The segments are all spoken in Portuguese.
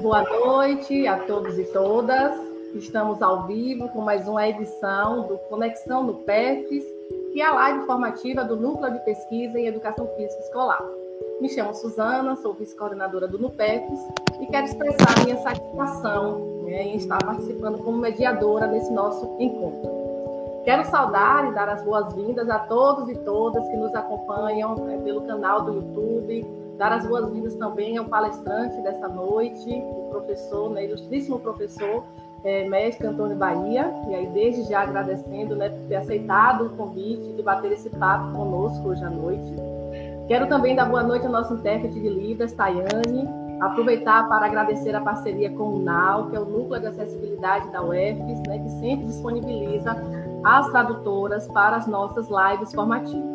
Boa noite a todos e todas. Estamos ao vivo com mais uma edição do Conexão no PEFES, que é a live formativa do Núcleo de Pesquisa em Educação Física Escolar. Me chamo Suzana, sou vice-coordenadora do NUPEFES e quero expressar minha satisfação em estar participando como mediadora nesse nosso encontro. Quero saudar e dar as boas-vindas a todos e todas que nos acompanham pelo canal do YouTube, dar as boas-vindas também ao palestrante dessa noite, o professor, ilustríssimo professor, mestre Antônio Bahia, e aí desde já agradecendo por ter aceitado o convite de bater esse papo conosco hoje à noite. Quero também dar boa noite ao nosso intérprete de Libras, Tayane, aproveitar para agradecer a parceria com o NAU, que é o Núcleo de Acessibilidade da UFES, que sempre disponibiliza as tradutoras para as nossas lives formativas.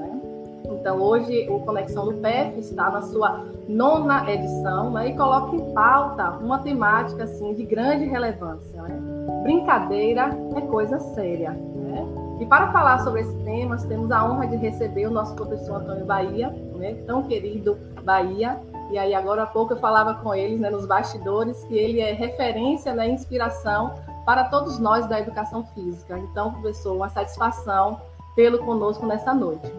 Então, hoje, o Conexão do PEFES está na sua 9ª edição, e coloca em pauta uma temática assim, de grande relevância. Brincadeira é coisa séria. E para falar sobre esse tema, temos a honra de receber o nosso professor Antônio Bahia, tão querido Bahia. E aí, agora há pouco eu falava com eles nos bastidores que ele é referência, inspiração para todos nós da educação física. Então, professor, uma satisfação tê-lo conosco nessa noite.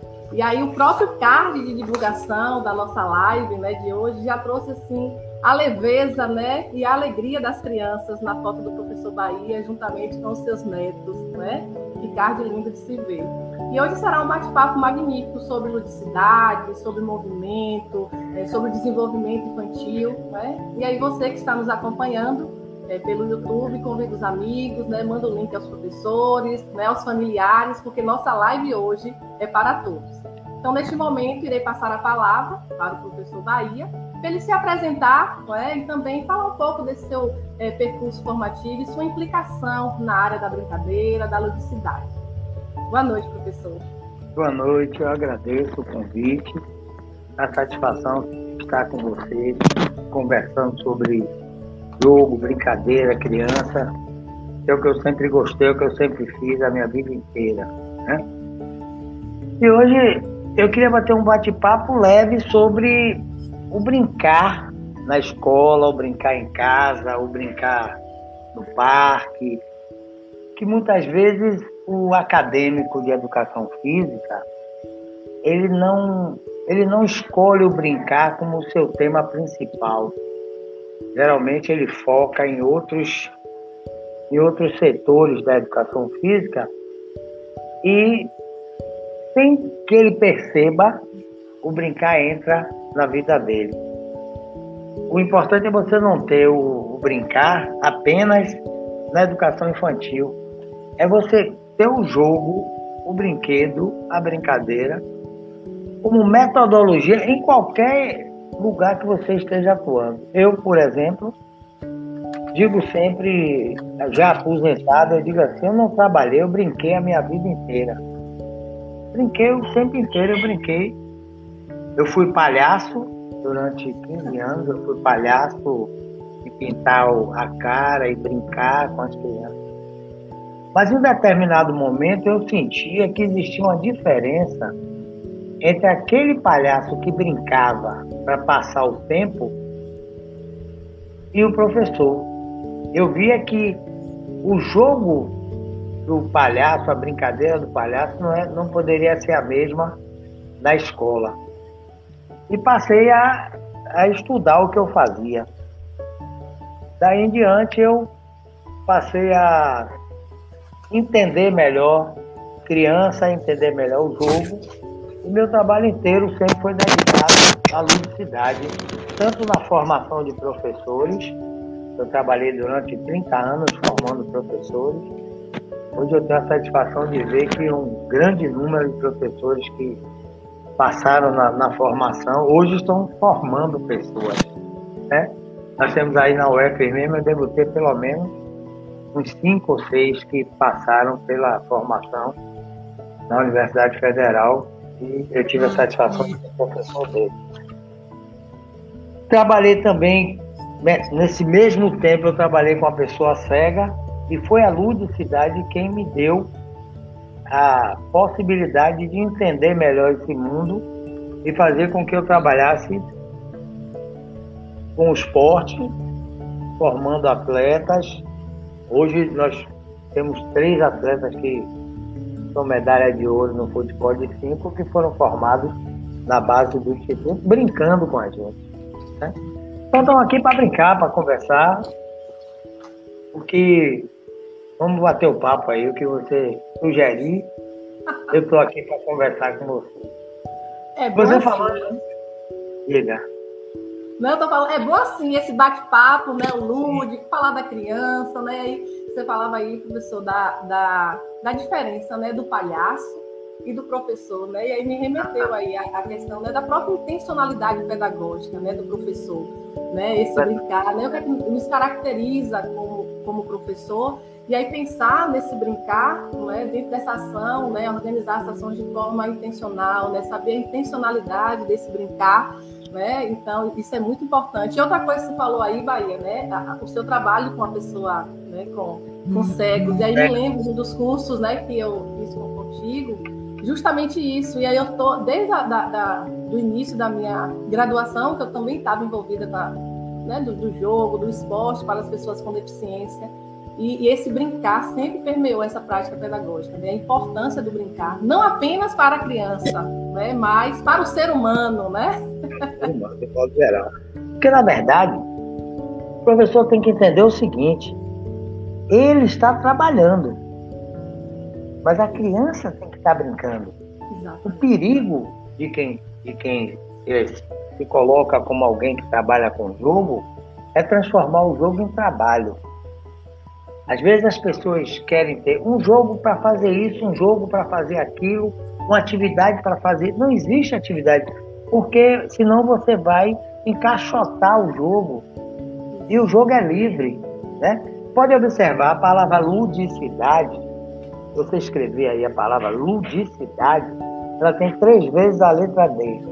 E aí o próprio card de divulgação da nossa live de hoje já trouxe assim a leveza e a alegria das crianças na foto do professor Bahia, juntamente com os seus netos. Que card lindo de se ver. E hoje será um bate-papo magnífico sobre ludicidade, sobre movimento, sobre desenvolvimento infantil. E aí você que está nos acompanhando pelo YouTube, convida os amigos, manda o link aos professores, aos familiares, porque nossa live hoje é para todos. Então, neste momento, irei passar a palavra para o professor Bahia, para ele se apresentar e também falar um pouco desse seu percurso formativo e sua implicação na área da brincadeira, da ludicidade. Boa noite, professor. Boa noite, eu agradeço o convite, a satisfação de estar com vocês, conversando sobre jogo, brincadeira, criança, é o que eu sempre gostei, é o que eu sempre fiz a minha vida inteira. E hoje eu queria bater um bate-papo leve sobre o brincar na escola, o brincar em casa, o brincar no parque, que muitas vezes o acadêmico de educação física, ele não escolhe o brincar como seu tema principal. Geralmente ele foca em outros setores da educação física e, sem que ele perceba, o brincar entra na vida dele. O importante é você não ter o brincar apenas na educação infantil. É você ter o jogo, o brinquedo, a brincadeira, como metodologia em qualquer lugar que você esteja atuando. Eu, por exemplo, digo sempre, já aposentado, eu digo assim, eu não trabalhei, eu brinquei a minha vida inteira. Brinquei o tempo inteiro, eu brinquei. Eu fui palhaço durante 15 anos, eu fui palhaço de pintar a cara e brincar com as crianças. Mas em um determinado momento eu sentia que existia uma diferença entre aquele palhaço que brincava para passar o tempo e o professor. Eu via que o jogo do palhaço, a brincadeira do palhaço não poderia ser a mesma na escola. E passei a estudar o que eu fazia. Daí em diante eu passei a entender melhor criança, entender melhor o jogo. E meu trabalho inteiro sempre foi dedicado à ludicidade, tanto na formação de professores. Eu trabalhei durante 30 anos formando professores. Hoje eu tenho a satisfação de ver que um grande número de professores que passaram na formação, hoje estão formando pessoas. Nós temos aí na UFES mesmo, eu devo ter pelo menos uns 5 ou 6 que passaram pela formação na Universidade Federal e eu tive a satisfação de ser professor dele. Trabalhei também, nesse mesmo tempo eu trabalhei com uma pessoa cega e foi a ludicidade quem me deu a possibilidade de entender melhor esse mundo e fazer com que eu trabalhasse com o esporte, formando atletas. Hoje nós temos 3 atletas que são medalha de ouro no futebol de 5 que foram formados na base do Instituto, brincando com a gente, né? Então estão aqui para brincar, para conversar, porque vamos bater o papo aí, o que você sugerir, eu estou aqui para conversar com você. É bom Você assim, falando, diga. Não, eu tô falando, é bom assim, esse bate-papo, né, o lúdico, falar da criança, né, aí você falava aí, professor, da diferença, né, do palhaço e do professor, né, e aí me remeteu aí a questão, né, da própria intencionalidade pedagógica, né, do professor, né, esse brincar, né, o que é que nos caracteriza como professor, e aí pensar nesse brincar, né, dentro dessa ação, né, organizar as ações de forma intencional, né, saber a intencionalidade desse brincar, né? Então, isso é muito importante. E outra coisa que você falou aí, Bahia, né? O seu trabalho com a pessoa, né? com cegos. E aí me lembro de um dos cursos, né? Que eu fiz contigo, justamente isso. E aí eu tô, desde do início da minha graduação, que eu também estava envolvida né? do jogo, do esporte para as pessoas com deficiência. E esse brincar sempre permeou essa prática pedagógica, né? A importância do brincar, não apenas para a criança, né? Mas para o ser humano, né? De modo geral. Porque, na verdade, o professor tem que entender o seguinte: ele está trabalhando, mas a criança tem que estar brincando. Exatamente. O perigo de quem se coloca como alguém que trabalha com o jogo é transformar o jogo em trabalho. Às vezes as pessoas querem ter um jogo para fazer isso, um jogo para fazer aquilo, uma atividade para fazer. Não existe atividade, porque senão você vai encaixotar o jogo. E o jogo é livre, né? Pode observar a palavra ludicidade. Você escrever aí a palavra ludicidade, ela tem 3 vezes a letra D.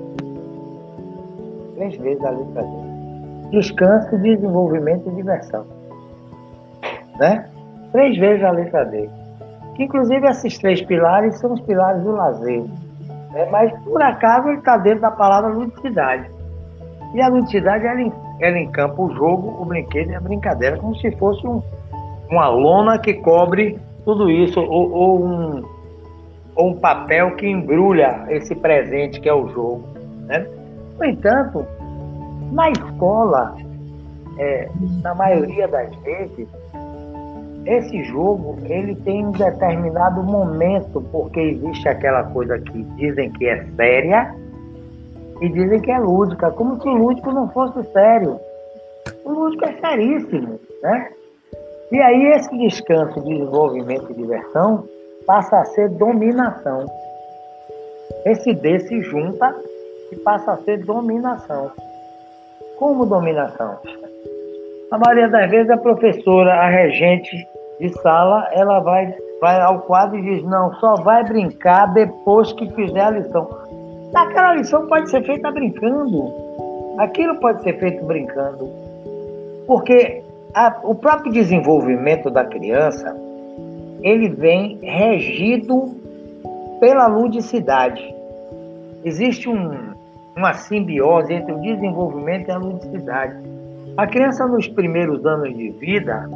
3 vezes a letra D. Descanso, desenvolvimento e diversão. Né? 3 vezes a letra D. Que, inclusive, esses 3 pilares são os pilares do lazer. Né? Mas, por acaso, ele está dentro da palavra ludicidade. E a ludicidade, ela encampa o jogo, o brinquedo e a brincadeira, como se fosse uma lona que cobre tudo isso, ou um papel que embrulha esse presente que é o jogo. Né? No entanto, na escola, na maioria das vezes, esse jogo, ele tem um determinado momento, porque existe aquela coisa que dizem que é séria e dizem que é lúdica, como se o lúdico não fosse sério. O lúdico é seríssimo, né? E aí esse descanso, desenvolvimento e diversão passa a ser dominação. Esse D se junta e passa a ser dominação. Como dominação? A maioria das vezes a professora, a regente de sala, ela vai ao quadro e diz: não, só vai brincar depois que fizer a lição. Aquela lição pode ser feita brincando. Aquilo pode ser feito brincando. Porque o próprio desenvolvimento da criança, ele vem regido pela ludicidade. Existe uma simbiose entre o desenvolvimento e a ludicidade. A criança, nos primeiros anos de vida,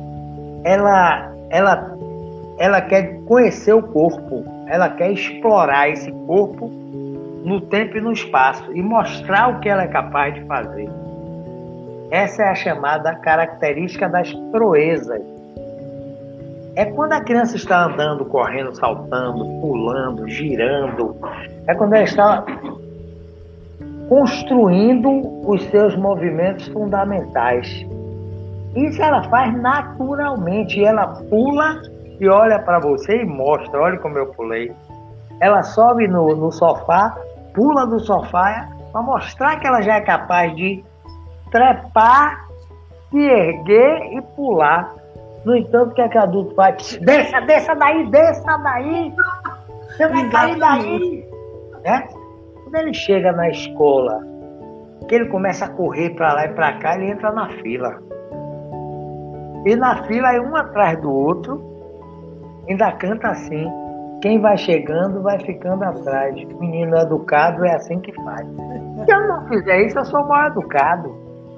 ela quer conhecer o corpo, ela quer explorar esse corpo no tempo e no espaço e mostrar o que ela é capaz de fazer. Essa é a chamada característica das proezas. É quando a criança está andando, correndo, saltando, pulando, girando. É quando ela está construindo os seus movimentos fundamentais. Isso ela faz naturalmente. Ela pula e olha para você e mostra: olha como eu pulei. Ela sobe no sofá, pula do sofá para mostrar que ela já é capaz de trepar, se erguer e pular. No entanto, o que é que o adulto faz? Desça daí! Você vai cair daí! Né? Quando ele chega na escola, que ele começa a correr para lá e para cá, ele entra na fila. E na fila, um atrás do outro, ainda canta assim: quem vai chegando vai ficando atrás. Menino educado é assim que faz. Se eu não fizer isso, eu sou mal educado.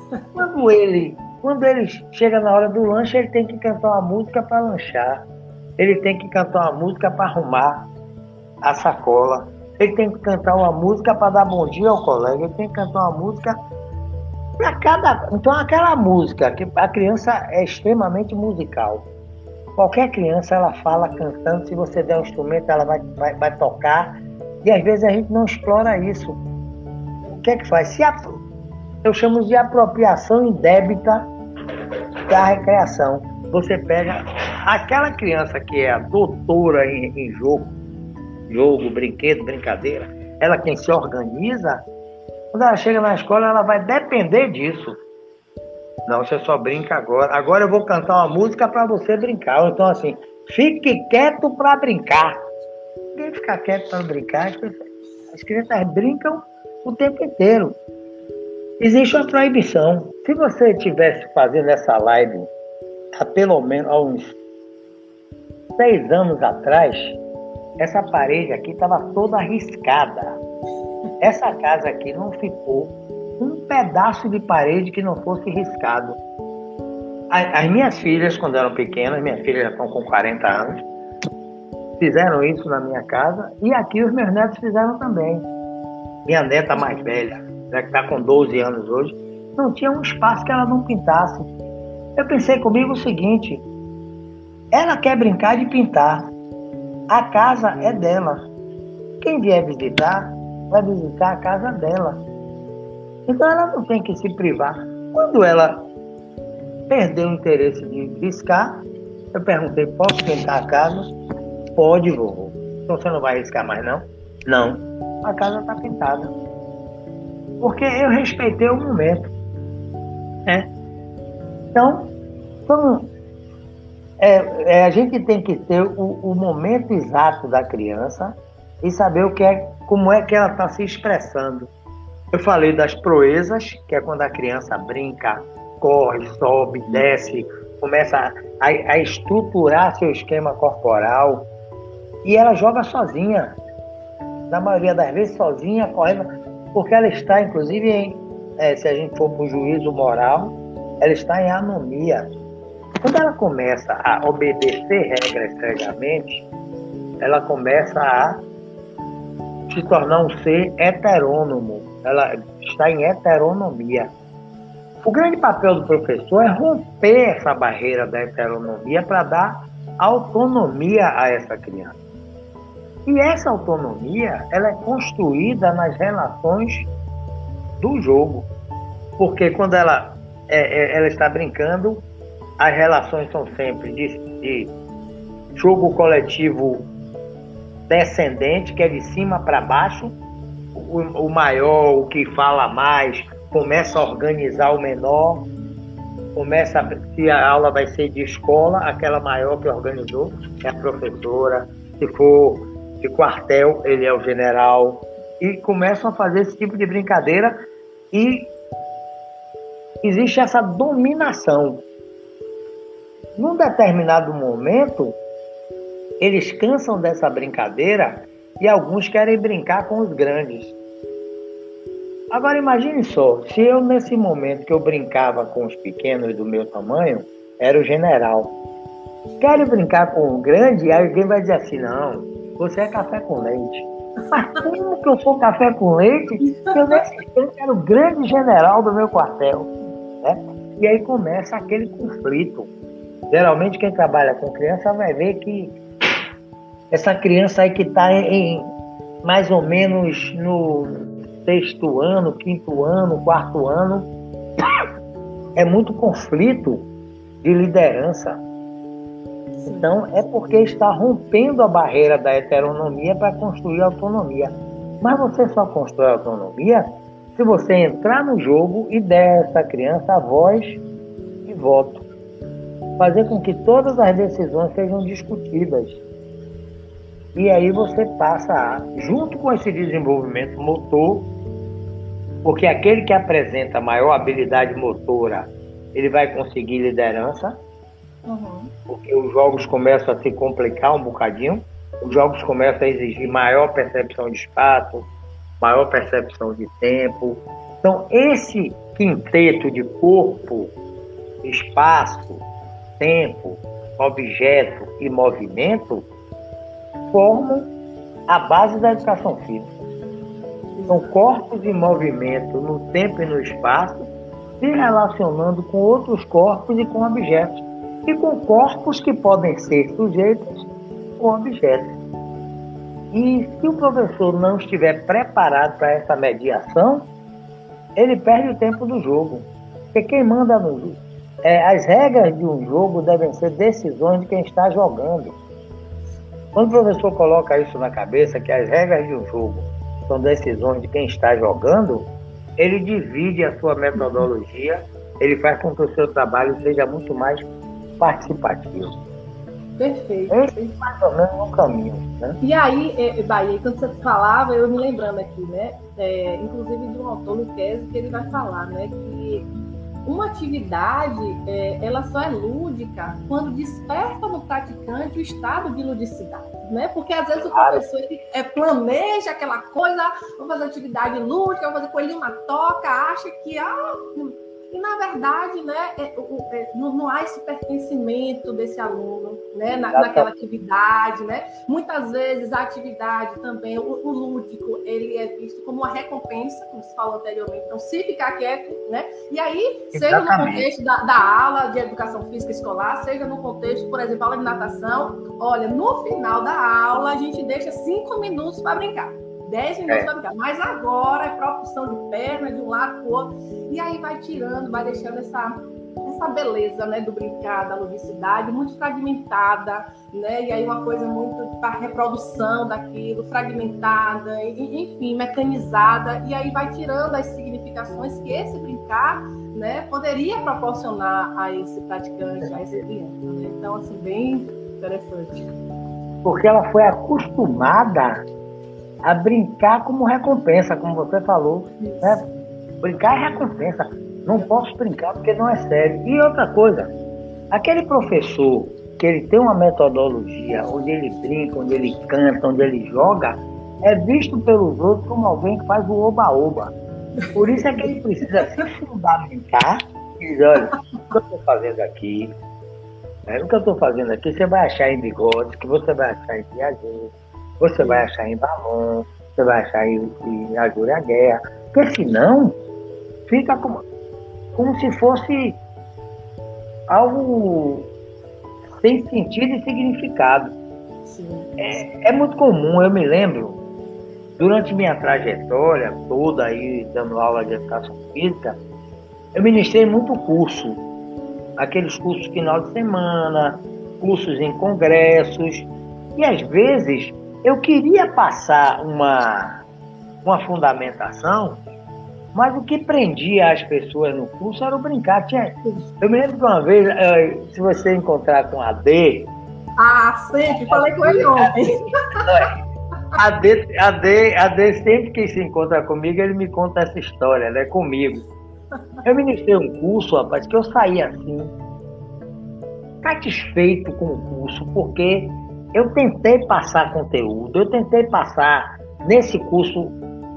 Quando ele chega na hora do lanche, ele tem que cantar uma música para lanchar. Ele tem que cantar uma música para arrumar a sacola. Ele tem que cantar uma música para dar bom dia ao colega. Ele tem que cantar uma música para cada... Então, aquela música, que a criança é extremamente musical. Qualquer criança, ela fala cantando. Se você der um instrumento, ela vai tocar. E às vezes a gente não explora isso. O que é que faz? Eu chamo de apropriação indébita da recreação. Você pega aquela criança que é a doutora em jogo, brinquedo, brincadeira, ela quem se organiza, quando ela chega na escola, ela vai depender disso. Não, você só brinca agora. Agora eu vou cantar uma música para você brincar. Então, assim, fique quieto para brincar. Ninguém fica quieto para brincar. As crianças brincam o tempo inteiro. Existe uma proibição. Se você estivesse fazendo essa live há pelo menos há uns 6 anos atrás, essa parede aqui estava toda arriscada. Essa casa aqui não ficou um pedaço de parede que não fosse riscado. As minhas filhas, quando eram pequenas, minhas filhas já estão com 40 anos, fizeram isso na minha casa, e aqui os meus netos fizeram também. Minha neta mais velha, que está com 12 anos hoje, não tinha um espaço que ela não pintasse. Eu pensei comigo o seguinte: ela quer brincar de pintar, a casa é dela. Quem vier visitar, vai visitar a casa dela. Então ela não tem que se privar. Quando ela perdeu o interesse de riscar, eu perguntei: posso pintar a casa? Pode, vovô. Então você não vai riscar mais, não? Não. A casa está pintada. Porque eu respeitei o momento. Então, a gente tem que ter o momento exato da criança e saber como é que ela está se expressando. Eu falei das proezas, que é quando a criança brinca, corre, sobe, desce, começa a estruturar seu esquema corporal, e ela joga sozinha, na maioria das vezes sozinha, correndo, porque ela está, inclusive, se a gente for para o juízo moral, ela está em anomia. Quando ela começa a obedecer regras cegamente, ela começa a se tornar um ser heterônomo. Ela está em heteronomia. O grande papel do professor é romper essa barreira da heteronomia para dar autonomia a essa criança. E essa autonomia, ela é construída nas relações do jogo. Porque quando ela está brincando, as relações são sempre de jogo coletivo descendente, que é de cima para baixo. O maior, o que fala mais, começa a organizar o menor. Se a aula vai ser de escola, aquela maior que organizou é a professora. Se for de quartel, ele é o general. E começam a fazer esse tipo de brincadeira, e existe essa dominação. Num determinado momento, eles cansam dessa brincadeira e alguns querem brincar com os grandes. Agora imagine só, se eu nesse momento que eu brincava com os pequenos do meu tamanho, era o general. Quero brincar com o grande, e aí alguém vai dizer assim: não, você é café com leite. Mas como que eu sou café com leite se eu nesse tempo era o grande general do meu quartel? Né? E aí começa aquele conflito. Geralmente quem trabalha com criança vai ver que essa criança aí que está mais ou menos no 6º ano, 5º ano, 4º ano, é muito conflito de liderança. Então é porque está rompendo a barreira da heteronomia para construir autonomia. Mas você só constrói autonomia se você entrar no jogo e der a essa criança a voz e voto. Fazer com que todas as decisões sejam discutidas. E aí você passa junto com esse desenvolvimento motor, porque aquele que apresenta maior habilidade motora, ele vai conseguir liderança, porque os jogos começam a se complicar um bocadinho, os jogos começam a exigir maior percepção de espaço, maior percepção de tempo. Então, esse quinteto de corpo, espaço, tempo, objeto e movimento formam a base da educação física. São corpos em movimento no tempo e no espaço, se relacionando com outros corpos e com objetos, e com corpos que podem ser sujeitos com objetos. E se o professor não estiver preparado para essa mediação, ele perde o tempo do jogo. Porque quem manda no jogo, as regras de um jogo devem ser decisões de quem está jogando. Quando o professor coloca isso na cabeça, que as regras de um jogo são decisões de quem está jogando, ele divide a sua metodologia, ele faz com que o seu trabalho seja muito mais participativo. Perfeito. Esse é mais ou menos um caminho, né? E aí, Bahia, quando você falava, eu me lembrando aqui, né? Inclusive de um autor, Luquezzi, que ele vai falar, né? Que uma atividade, ela só é lúdica quando desperta no praticante o estado de ludicidade, né? Porque às vezes o professor planeja aquela coisa, vou fazer atividade lúdica, vou fazer coelhinho na toca, acha que e na verdade, né, não há esse pertencimento desse aluno, né, naquela atividade, né? Muitas vezes a atividade também, o lúdico, ele é visto como uma recompensa, como se falou anteriormente. Então, se ficar quieto, né? E aí, seja no contexto da aula de educação física escolar, seja no contexto, por exemplo, aula de natação, olha, no final da aula a gente deixa 5 minutos para brincar. 10 minutos para brincar, mas agora é propulsão de perna de um lado para o outro, e aí vai tirando, vai deixando essa beleza, né, do brincar, da ludicidade, muito fragmentada, né, e aí uma coisa muito para reprodução daquilo, fragmentada, enfim, mecanizada, e aí vai tirando as significações que esse brincar, né, poderia proporcionar a esse praticante, a essa criança, né? Então, assim, bem interessante. Porque ela foi acostumada a brincar como recompensa, como você falou, né? Brincar é recompensa. Não posso brincar porque não é sério. E outra coisa, aquele professor que ele tem uma metodologia, onde ele brinca, onde ele canta, onde ele joga, é visto pelos outros como alguém que faz o oba-oba. Por isso é que ele precisa se fundamentar e dizer, olha, o que eu estou fazendo aqui, o que eu estou fazendo aqui, você vai achar em Bigode, que você vai achar em Piaget, você vai achar em Balon, você vai achar em Ajuda a Guerra, porque senão fica como se fosse algo sem sentido e significado. É muito comum, eu me lembro, durante minha trajetória toda aí, dando aula de educação física, eu ministrei muito curso, aqueles cursos final de semana, cursos em congressos, e às vezes eu queria passar uma fundamentação, mas o que prendia as pessoas no curso era o brincar. Eu me lembro de uma vez, se você encontrar com a D... sempre, falei com ele ontem. A D sempre que se encontra comigo, ele me conta essa história, né, comigo. Eu ministrei um curso, rapaz, que eu saí assim, satisfeito com o curso, porque eu tentei passar conteúdo, eu tentei passar nesse curso,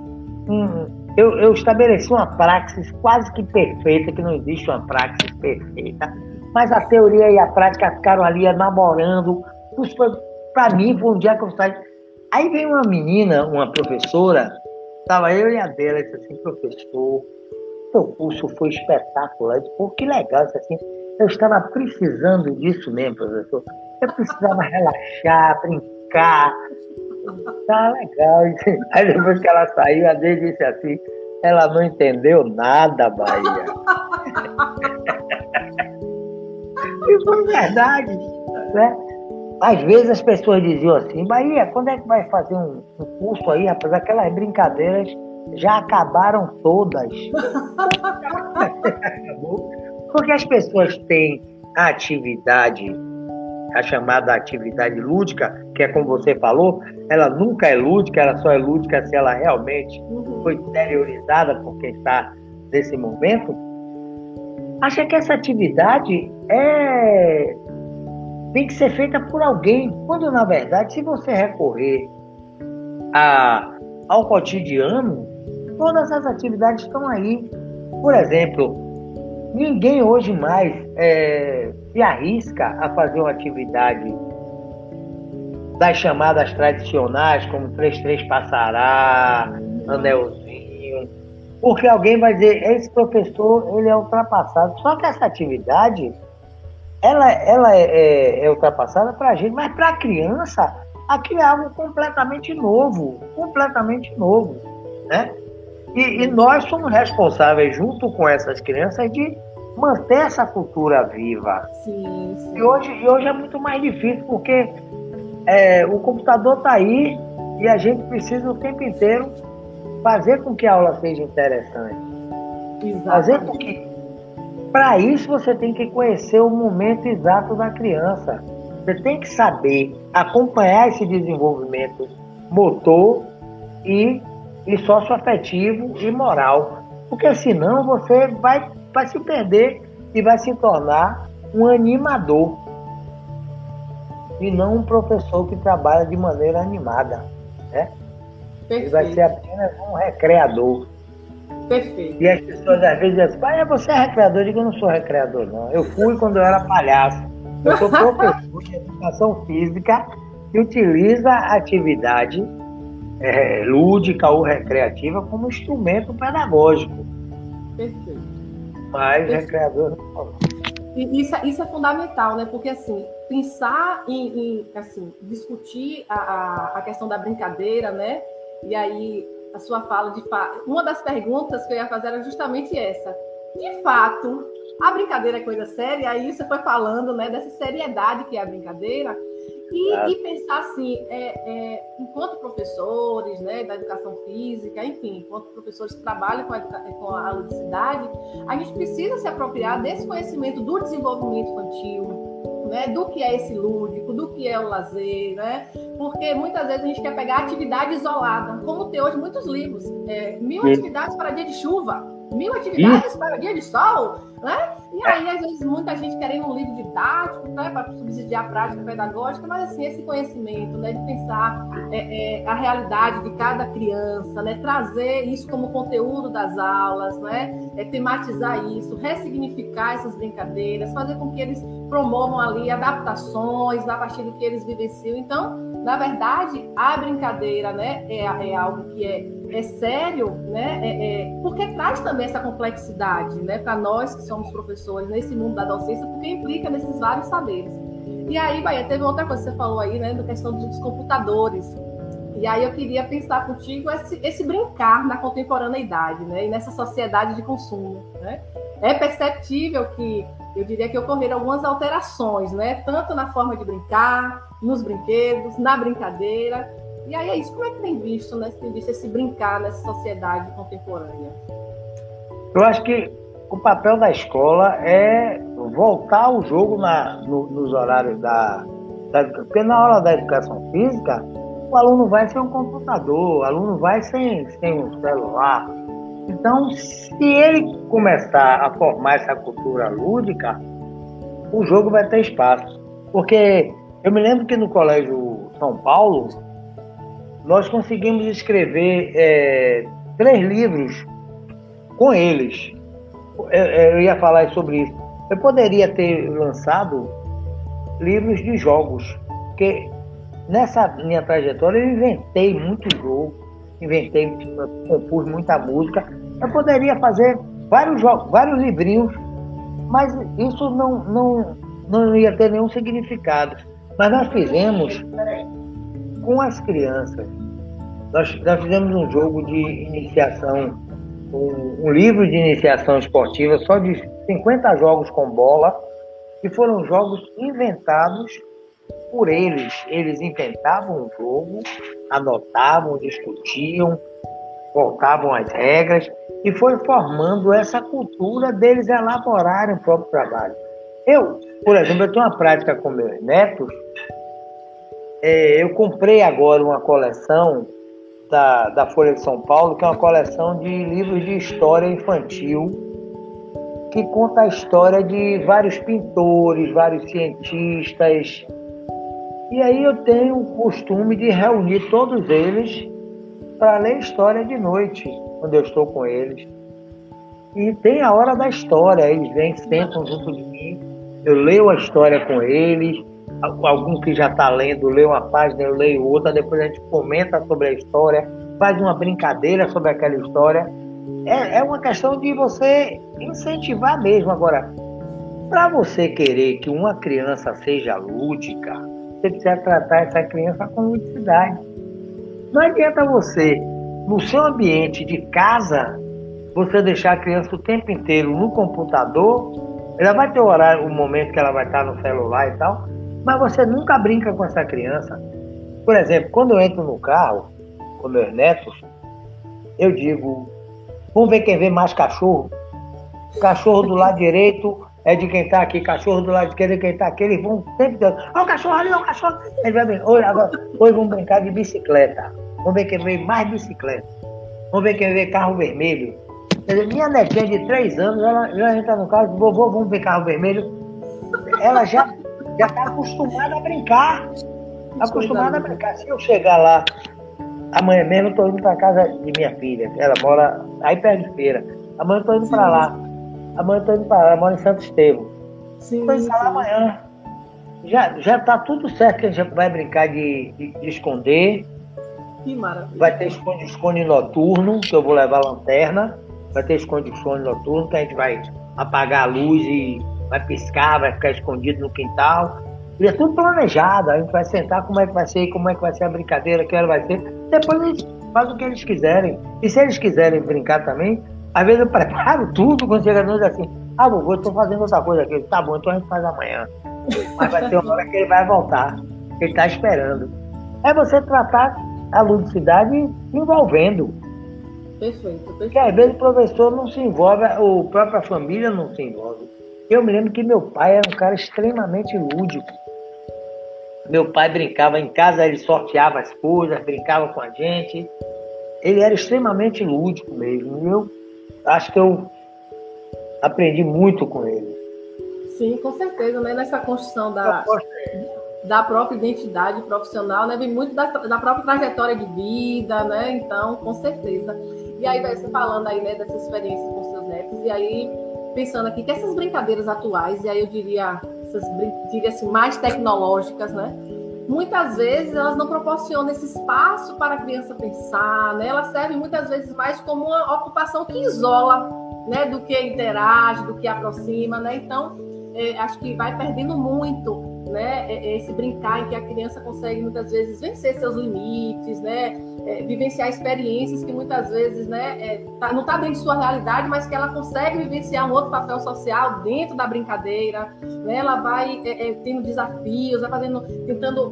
eu estabeleci uma praxis quase que perfeita, que não existe uma praxis perfeita, mas a teoria e a prática ficaram ali namorando. Para mim, foi um dia que eu saí. Aí veio uma menina, uma professora, estava eu e a dela, disse assim, professor, seu curso foi espetacular. Eu disse, pô, que legal, disse assim, eu estava precisando disso mesmo, professor. Eu precisava relaxar, brincar. Tá legal. Aí depois que ela saiu, a Deise disse assim, ela não entendeu nada, Bahia. E foi verdade, né? Às vezes as pessoas diziam assim, Bahia, quando é que vai fazer um curso aí? Rapaz, aquelas brincadeiras já acabaram todas. Porque as pessoas têm a atividade, a chamada atividade lúdica, que é como você falou, ela nunca é lúdica, ela só é lúdica se ela realmente foi interiorizada por quem está nesse momento. Acha que essa atividade tem que ser feita por alguém, quando na verdade, se você recorrer ao cotidiano, todas as atividades estão aí. Por exemplo, ninguém hoje mais se arrisca a fazer uma atividade das chamadas tradicionais, como 3-3 passará, anelzinho, porque alguém vai dizer, esse professor, ele é ultrapassado. Só que essa atividade, ela é ultrapassada para a gente, mas para a criança, aquilo é algo completamente novo, né? E nós somos responsáveis, junto com essas crianças, de manter essa cultura viva. Sim, sim. E hoje é muito mais difícil, porque o computador está aí e a gente precisa o tempo inteiro fazer com que a aula seja interessante. Exatamente. Fazer com que... Para isso, você tem que conhecer o momento exato da criança. Você tem que saber acompanhar esse desenvolvimento motor e socioafetivo e moral. Porque senão você vai se perder e vai se tornar um animador e não um professor que trabalha de maneira animada, né? Ele vai ser apenas um recreador. Perfeito. E as pessoas às vezes dizem, pai, você é recreador? Eu digo, eu não sou recreador, não. Eu fui quando eu era palhaço. Eu sou professor de educação física que utiliza a atividade lúdica ou recreativa como instrumento pedagógico. Perfeito. Mas recreador não sou. Isso é fundamental, né? Porque, assim, pensar em assim, discutir a questão da brincadeira, né? E aí, a sua fala, uma das perguntas que eu ia fazer era justamente essa. De fato, a brincadeira é coisa séria, aí você foi falando, né, dessa seriedade que é a brincadeira, e pensar assim, enquanto professores, né, da educação física, enfim, enquanto professores que trabalham com a ludicidade, a gente precisa se apropriar desse conhecimento do desenvolvimento infantil, né, do que é esse lúdico, do que é o lazer, né? Porque muitas vezes a gente quer pegar atividade isolada, como tem hoje muitos livros, 1000 atividades para dia de chuva, 1000 atividades para dia de sol, né? E aí, às vezes, muita gente querendo um livro didático, né, para subsidiar a prática pedagógica, mas, assim, esse conhecimento, né, de pensar a realidade de cada criança, né, trazer isso como conteúdo das aulas, né, tematizar isso, ressignificar essas brincadeiras, fazer com que eles promovam ali adaptações a partir do que eles vivenciam. Então, na verdade, a brincadeira, né, é algo que é sério, né, porque traz também essa complexidade, né, para nós que somos professores nesse mundo da docência, porque implica nesses vários saberes. E aí, Bahia, teve outra coisa que você falou aí, né, da questão dos computadores. E aí eu queria pensar contigo esse brincar na contemporaneidade, né, e nessa sociedade de consumo, né? É perceptível que, eu diria que ocorreram algumas alterações, né, tanto na forma de brincar, nos brinquedos, na brincadeira. E aí é isso, como é que tem visto, né? Tem visto esse brincar nessa sociedade contemporânea? Eu acho que o papel da escola é voltar o jogo nos horários porque na aula da educação física, o aluno vai sem um computador, o aluno vai sem um celular. Então, se ele começar a formar essa cultura lúdica, o jogo vai ter espaço. Porque eu me lembro que no Colégio São Paulo, nós conseguimos escrever 3 livros com eles. Eu ia falar sobre isso. Eu poderia ter lançado livros de jogos, porque nessa minha trajetória eu inventei muito jogo, compus muita música. Eu poderia fazer vários jogos, vários livrinhos, mas isso não ia ter nenhum significado. Mas nós fizemos com as crianças. Nós fizemos um jogo de iniciação, um livro de iniciação esportiva, só de 50 jogos com bola, que foram jogos inventados por eles. Eles inventavam um jogo, anotavam, discutiam, voltavam às regras, e foi formando essa cultura deles elaborarem o próprio trabalho. Por exemplo, eu tenho uma prática com meus netos. Eu comprei agora uma coleção da Folha de São Paulo, que é uma coleção de livros de história infantil, que conta a história de vários pintores, vários cientistas. E aí eu tenho o costume de reunir todos eles para ler história de noite, quando eu estou com eles. E tem a hora da história, eles vêm, sentam junto de mim, eu leio a história com eles, algum que já está lendo, lê uma página, eu leio outra, depois a gente comenta sobre a história, faz uma brincadeira sobre aquela história. É uma questão de você incentivar mesmo. Agora, para você querer que uma criança seja lúdica, você precisa tratar essa criança com ludicidade. Não adianta você, no seu ambiente de casa, você deixar a criança o tempo inteiro no computador. Ela vai ter o horário, o momento que ela vai estar no celular e tal, mas você nunca brinca com essa criança. Por exemplo, quando eu entro no carro com meus netos, eu digo, vamos ver quem vê mais cachorro. Cachorro do lado direito é de quem está aqui, cachorro do lado esquerdo é de quem está aqui. Eles vão sempre dizendo, ó o cachorro ali, ó o cachorro. Ele vai brincar. Hoje vamos brincar de bicicleta. Vamos ver quem vê mais bicicleta. Vamos ver quem vê carro vermelho. Quer dizer, minha netinha de 3 anos, ela já entra no carro e diz, vovô, vamos ver carro vermelho. Ela já está acostumada a brincar. Acostumada a brincar. Se eu chegar lá, amanhã mesmo eu estou indo para casa de minha filha. Ela mora aí perto de feira. Amanhã eu estou indo para lá. Amanhã eu estou indo para lá. Ela mora em Santo Estevão. Estou indo para lá amanhã. Já está tudo certo que a gente vai brincar de esconder. Que maravilha. Vai ter esconde-esconde noturno, que eu vou levar a lanterna. Vai ter esconde-esconde noturno, que a gente vai apagar a luz e vai piscar, vai ficar escondido no quintal. E é tudo planejado. A gente vai sentar como é que vai ser, como é que vai ser a brincadeira, que ela vai ser. Depois eles fazem o que eles quiserem. E se eles quiserem brincar também, às vezes eu preparo tudo, quando chega a noite assim, vovô, eu estou fazendo outra coisa aqui. Tá bom, então a gente faz amanhã. Mas vai ter uma hora que ele vai voltar. Ele está esperando. É você tratar a ludicidade envolvendo. Perfeito. Porque às vezes o professor não se envolve, a própria família não se envolve. Eu me lembro que meu pai era um cara extremamente lúdico. Meu pai brincava em casa, ele sorteava as coisas, brincava com a gente. Ele era extremamente lúdico mesmo. E eu acho que eu aprendi muito com ele. Sim, com certeza, né? Nessa construção da própria identidade profissional, né? Vem muito da própria trajetória de vida, né? Então, com certeza. E aí, você falando aí, né, dessa experiência com seus netos, e aí, pensando aqui que essas brincadeiras atuais, e aí eu diria assim, mais tecnológicas, né? Muitas vezes elas não proporcionam esse espaço para a criança pensar, né? Elas servem muitas vezes mais como uma ocupação que isola, né? Do que interage, do que aproxima, né? Então, acho que vai perdendo muito, né, esse brincar em que a criança consegue muitas vezes vencer seus limites, né, vivenciar experiências que muitas vezes, né, não está dentro de sua realidade, mas que ela consegue vivenciar um outro papel social dentro da brincadeira, né, ela vai tendo desafios, vai tentando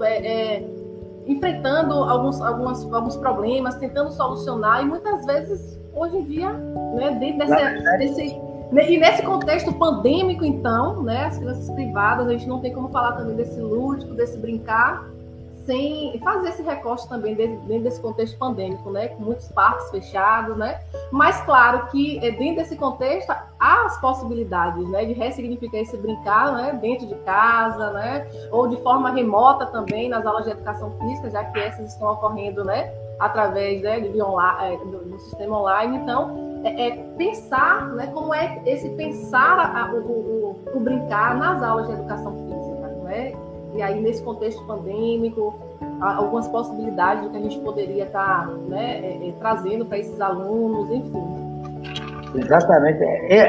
enfrentando alguns problemas, tentando solucionar, e muitas vezes hoje em dia, né, dentro e nesse contexto pandêmico, então, né, as crianças privadas, a gente não tem como falar também desse lúdico, desse brincar, sem fazer esse recorte também dentro desse contexto pandêmico, né, com muitos parques fechados, né, mas claro que dentro desse contexto há as possibilidades, né, de ressignificar esse brincar, né, dentro de casa, né, ou de forma remota também nas aulas de educação física, já que essas estão ocorrendo, né, através, né, do sistema online. Então, pensar, né, como é esse pensar o brincar nas aulas de educação física, né? E aí, nesse contexto pandêmico, algumas possibilidades do que a gente poderia estar, né, trazendo para esses alunos, enfim. Exatamente.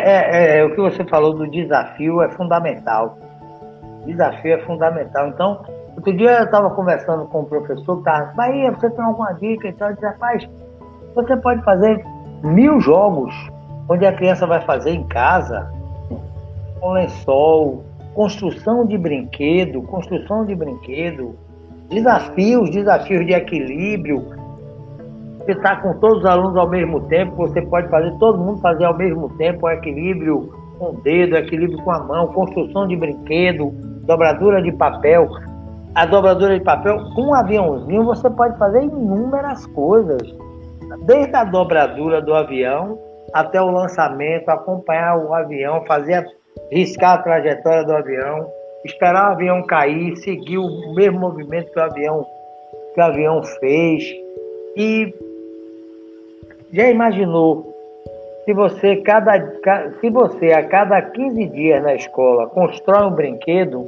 O que você falou do desafio é fundamental. Desafio é fundamental. Então, outro dia eu estava conversando com o professor que estava, Bahia, você tem alguma dica? Então, eu disse, rapaz, você pode fazer 1000 jogos, onde a criança vai fazer em casa, com lençol, construção de brinquedo, desafios de equilíbrio. Você está com todos os alunos ao mesmo tempo, você pode fazer, todo mundo fazer ao mesmo tempo, o equilíbrio com o dedo, equilíbrio com a mão, construção de brinquedo, dobradura de papel. A dobradura de papel, com um aviãozinho, você pode fazer inúmeras coisas. Desde a dobradura do avião até o lançamento, acompanhar o avião, riscar a trajetória do avião, esperar o avião cair, seguir o mesmo movimento que o avião fez. E já imaginou se você a cada 15 dias na escola constrói um brinquedo,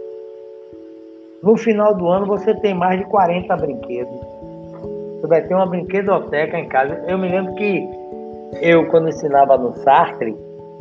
no final do ano você tem mais de 40 brinquedos. Você vai ter uma brinquedoteca em casa. Eu me lembro que quando ensinava no Sartre,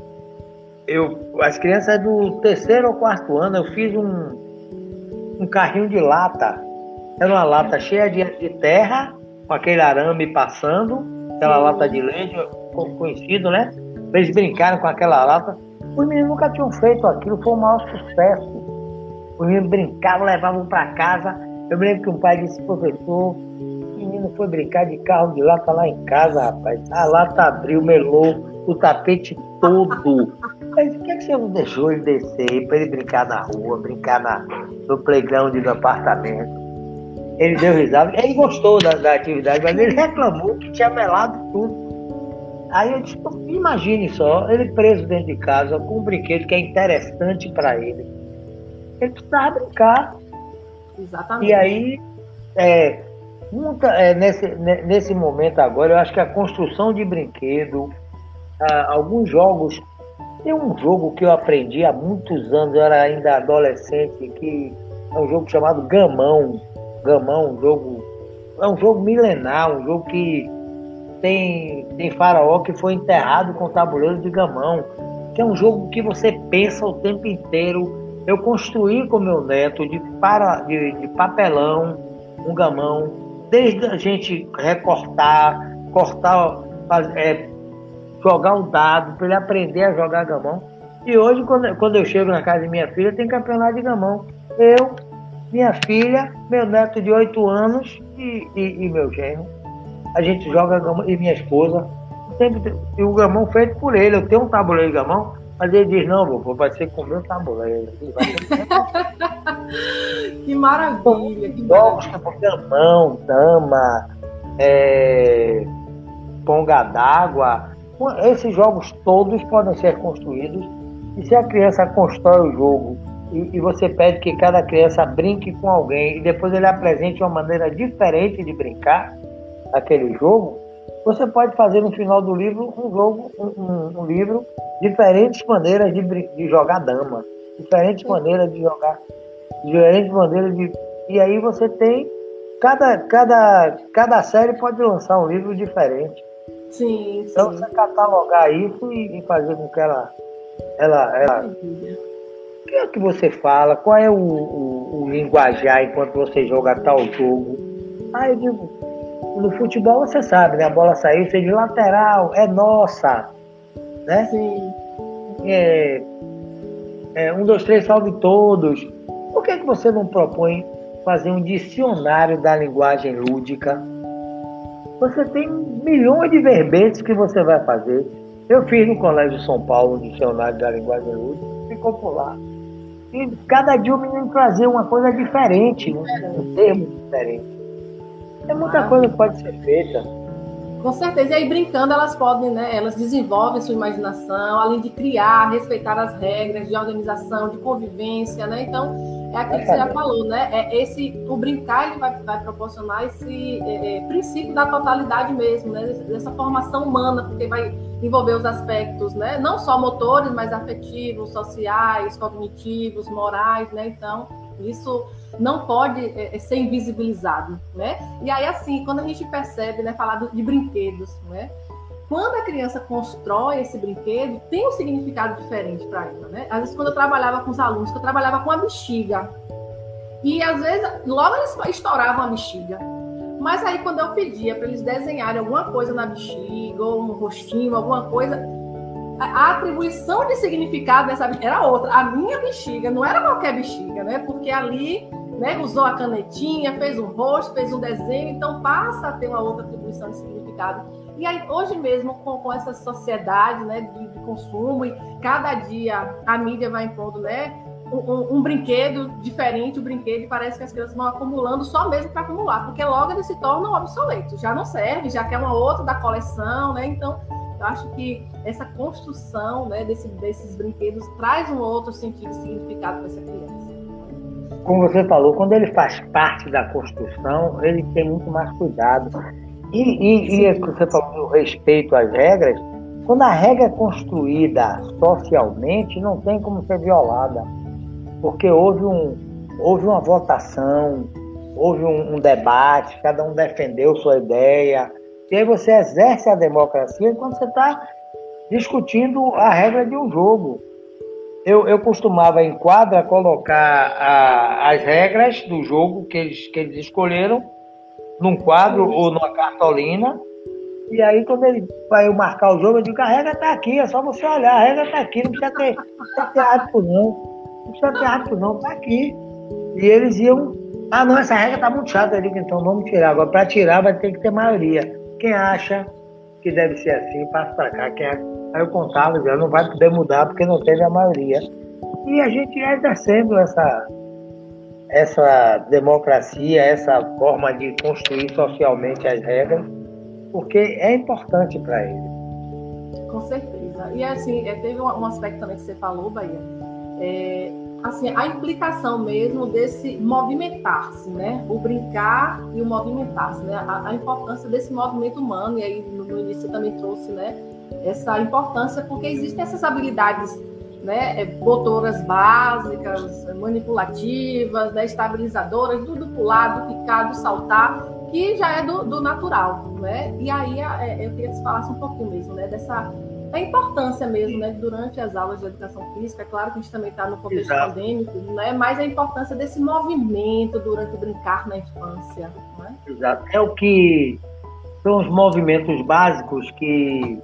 as crianças do 3º ou 4º ano, eu fiz um carrinho de lata. Era uma lata cheia de terra, com aquele arame passando, aquela lata de leite, conhecido, né? Eles brincaram com aquela lata. Os meninos nunca tinham feito aquilo, foi um maior sucesso. Os meninos brincavam, levavam para casa. Eu me lembro que um pai disse: professor, o menino foi brincar de carro de lata lá em casa, rapaz. A lata abriu, melou o tapete todo. Mas por que você não deixou ele descer para ele brincar na rua, brincar no playground do apartamento? Ele deu risada, ele gostou da atividade, mas ele reclamou que tinha melado tudo. Aí eu disse: imagine só, ele preso dentro de casa com um brinquedo que é interessante para ele. Ele precisava brincar. Exatamente. E aí, nesse momento agora, eu acho que a construção de brinquedo, alguns jogos. Tem um jogo que eu aprendi há muitos anos, eu era ainda adolescente, que é um jogo chamado Gamão. Gamão, é um jogo milenar, um jogo que tem faraó que foi enterrado com tabuleiro de gamão, que é um jogo que você pensa o tempo inteiro. Eu construí com meu neto de papelão um gamão, desde a gente recortar, cortar, jogar um dado para ele aprender a jogar gamão. E hoje, quando eu chego na casa de minha filha, tem campeonato de gamão. Eu, minha filha, meu neto de 8 anos e meu genro. A gente joga gamão, e minha esposa. E o gamão feito por ele. Eu tenho um tabuleiro de gamão, mas ele diz: não, vovô, vai ser com o meu tabuleiro. Que maravilha! Jogos como gamão, dama, ponga d'água. Esses jogos todos podem ser construídos, e se a criança constrói o jogo e você pede que cada criança brinque com alguém e depois ele apresente uma maneira diferente de brincar aquele jogo, você pode fazer no final do livro um livro, diferentes maneiras de jogar dama, diferentes maneiras de jogar, e aí você tem cada série pode lançar um livro diferente. Sim, então você catalogar isso e fazer com que ela o que é que você fala? Qual é o linguajar enquanto você joga tal jogo? Eu digo, no futebol você sabe, né? A bola saiu, você diz lateral, é nossa, né? Sim. 1, 2, 3, salve todos. Por que você não propõe fazer um dicionário da linguagem lúdica? Você tem milhões de verbetes que você vai fazer. Eu fiz no Colégio São Paulo um dicionário da linguagem lúdica, ficou por lá. E cada dia o menino trazia uma coisa diferente, um termo diferente. É muita coisa que pode ser feita. Com certeza. E aí, brincando, elas podem, né? Elas desenvolvem sua imaginação, além de criar, respeitar as regras de organização, de convivência, né? Então, é aquilo que você já falou, né? O brincar, ele vai proporcionar esse princípio da totalidade mesmo, né? Dessa formação humana, porque vai envolver os aspectos, né? Não só motores, mas afetivos, sociais, cognitivos, morais, né? Então, isso não pode ser invisibilizado, né? E aí, assim, quando a gente percebe, né, falar de brinquedos, né? Quando a criança constrói esse brinquedo, tem um significado diferente para ela, né? Às vezes, quando eu trabalhava com os alunos, eu trabalhava com a bexiga. E, às vezes, logo eles estouravam a bexiga. Mas aí, quando eu pedia para eles desenharem alguma coisa na bexiga, ou um rostinho, alguma coisa, a atribuição de significado dessa bexiga era outra. A minha bexiga não era qualquer bexiga, né? Porque ali, né, usou a canetinha, fez um rosto, fez um desenho, então passa a ter uma outra atribuição de significado. E aí, hoje mesmo, com essa sociedade, né, de consumo, e cada dia a mídia vai impondo, né, um brinquedo diferente, e parece que as crianças vão acumulando só mesmo para acumular, porque logo eles se tornam obsoletos, já não serve, já quer uma outra da coleção, né? Então, eu acho que essa construção, né, desses brinquedos traz um outro sentido e significado para essa criança. Como você falou, quando ele faz parte da construção, ele tem muito mais cuidado. E você falou do respeito às regras, Quando a regra é construída socialmente, não tem como ser violada, porque houve uma votação, houve um debate, cada um defendeu sua ideia, e aí você exerce a democracia quando você está discutindo a regra de um jogo. Eu costumava, em quadra, colocar as regras do jogo que eles escolheram num quadro ou numa cartolina, e aí quando ele vai marcar o jogo, eu digo, a regra está aqui, é só você olhar, a regra está aqui, não precisa ter árbitro não, não precisa ter árbitro não, está aqui. E eles iam, não, essa regra está muito chata, eu digo, então vamos tirar. Agora, para tirar vai ter que ter maioria. Quem acha que deve ser assim, passa para cá. Aí eu contava, já não vai poder mudar porque não teve a maioria. E a gente ia exercendo essa democracia, essa forma de construir socialmente as regras, porque é importante para eles. Com certeza. E assim, teve um aspecto também que você falou, Bahia, assim, a implicação mesmo desse movimentar-se, né? O brincar e o movimentar-se, né? A importância desse movimento humano, e aí no início você também trouxe, né, essa importância, porque existem essas habilidades, né, motoras básicas, manipulativas, né, estabilizadoras, do pular, do picar, do saltar, que já é do natural, né? E aí eu queria que você falasse um pouquinho mesmo, né, da importância mesmo, né, durante as aulas de educação física. É claro que a gente também está no contexto pandêmico, né, mas a importância desse movimento durante o brincar na infância, né? Exato. É o que são os movimentos básicos que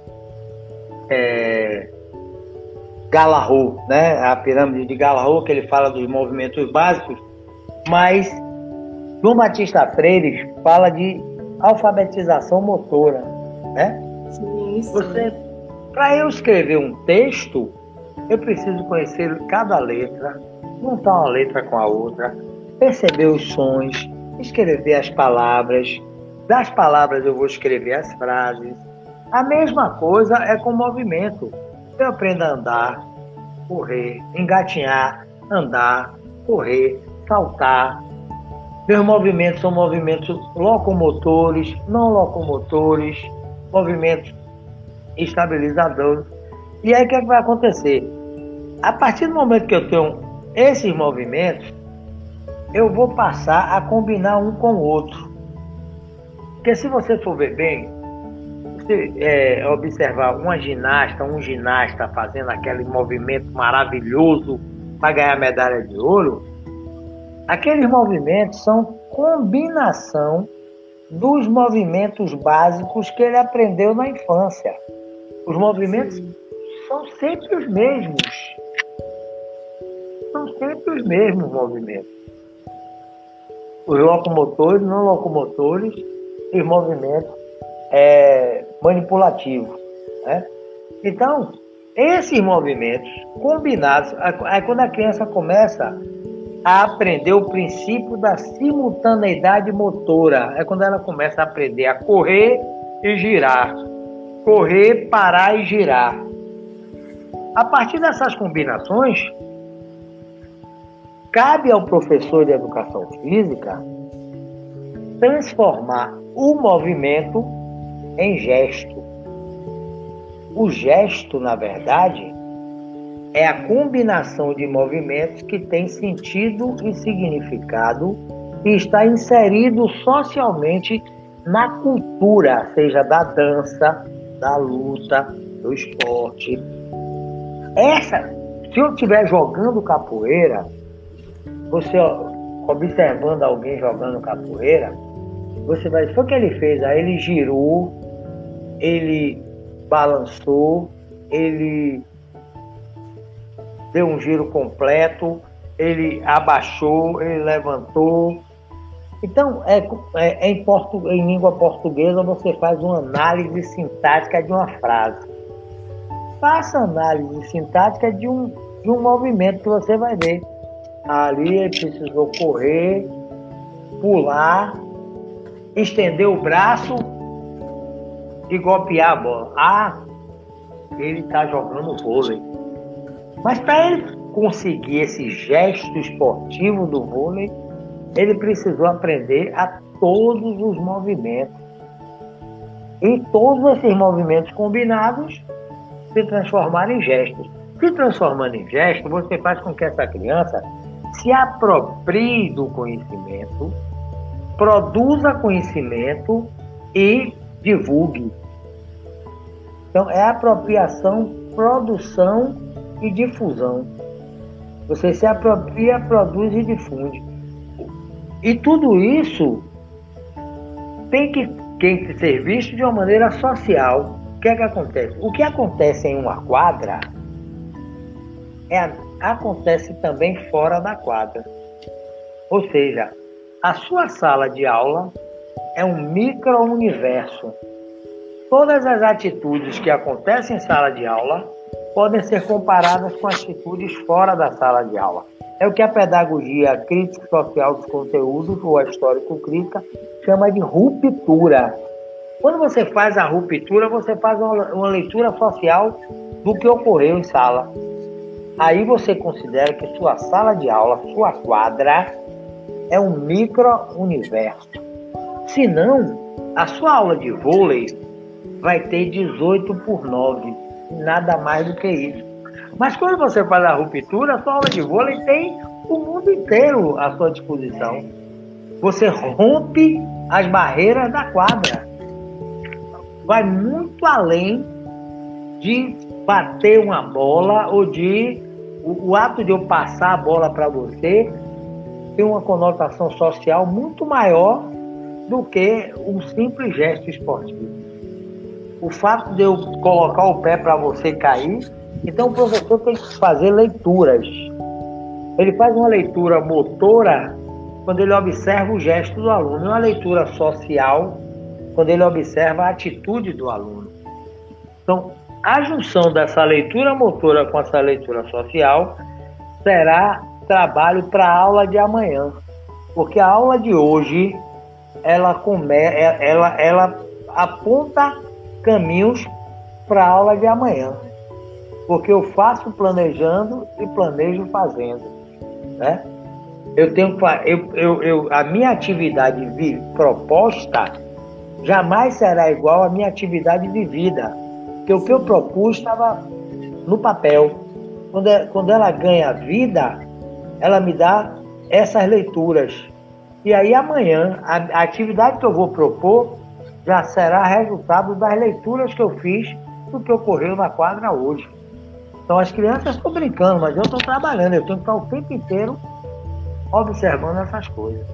Galarrot, né, a pirâmide de Galarrot, que ele fala dos movimentos básicos, mas João Batista Freire fala de alfabetização motora, né? Sim. Para eu escrever um texto, eu preciso conhecer cada letra, montar uma letra com a outra, perceber os sons, escrever as palavras. Das palavras eu vou escrever as frases. A mesma coisa é com movimento. Eu aprendo a andar, correr, engatinhar, andar, correr, saltar. Meus movimentos são movimentos locomotores, não locomotores, movimentos estabilizadores. E aí o que vai acontecer? A partir do momento que eu tenho esses movimentos, eu vou passar a combinar um com o outro. Porque se você for ver bem, você observar um ginasta fazendo aquele movimento maravilhoso para ganhar medalha de ouro, aqueles movimentos são combinação dos movimentos básicos que ele aprendeu na infância. Os movimentos são sempre os mesmos. São sempre os mesmos movimentos. Os locomotores, não locomotores, e os movimentos manipulativos, né? Então, esses movimentos combinados, aí quando a criança começa a aprender o princípio da simultaneidade motora, é quando ela começa a aprender a correr e girar, correr, parar e girar. A partir dessas combinações, cabe ao professor de educação física transformar o movimento em gesto. O gesto, na verdade, é a combinação de movimentos que tem sentido e significado e está inserido socialmente na cultura, seja da dança, da luta, do esporte. Se eu estiver jogando capoeira, você observando alguém jogando capoeira, você vai ver o que ele fez. Aí ele girou, ele balançou, ele deu um giro completo, ele abaixou, ele levantou. Então, em língua portuguesa, você faz uma análise sintática de uma frase. Faça análise sintática de um movimento que você vai ver. Ali ele precisou correr, pular, estender o braço e golpear a bola. Ele está jogando vôlei. Mas para ele conseguir esse gesto esportivo do vôlei, ele precisou aprender a todos os movimentos. E todos esses movimentos combinados se transformar em gestos. Se transformando em gesto, você faz com que essa criança se aproprie do conhecimento, produza conhecimento e divulgue. Então, é apropriação, produção e difusão. Você se apropria, produz e difunde. E tudo isso tem que ser visto de uma maneira social. O que é que acontece? O que acontece em uma quadra acontece também fora da quadra. Ou seja, a sua sala de aula é um micro-universo. Todas as atitudes que acontecem em sala de aula podem ser comparadas com atitudes fora da sala de aula. É o que a pedagogia crítica social dos conteúdos, ou a histórico-crítica, chama de ruptura. Quando você faz a ruptura, você faz uma leitura social do que ocorreu em sala. Aí você considera que sua sala de aula, sua quadra, é um micro-universo. Se não, a sua aula de vôlei vai ter 18/9, nada mais do que isso. Mas quando você faz a ruptura, a sua aula de vôlei tem o mundo inteiro à sua disposição. Você rompe as barreiras da quadra. Vai muito além de bater uma bola ou de... O ato de eu passar a bola para você tem uma conotação social muito maior do que um simples gesto esportivo. O fato de eu colocar o pé para você cair, então o professor tem que fazer leituras. Ele faz uma leitura motora quando ele observa o gesto do aluno, e uma leitura social quando ele observa a atitude do aluno. Então, a junção dessa leitura motora com essa leitura social será trabalho para a aula de amanhã. Porque a aula de hoje, ela aponta caminhos para a aula de amanhã. Porque eu faço planejando e planejo fazendo, né? A minha atividade proposta jamais será igual à minha atividade vivida. Porque o que eu propus estava no papel. Quando ela ganha vida, ela me dá essas leituras. E aí amanhã, a atividade que eu vou propor já será resultado das leituras que eu fiz do que ocorreu na quadra hoje. Então as crianças estão brincando, mas eu estou trabalhando. Eu tenho que estar o tempo inteiro observando essas coisas.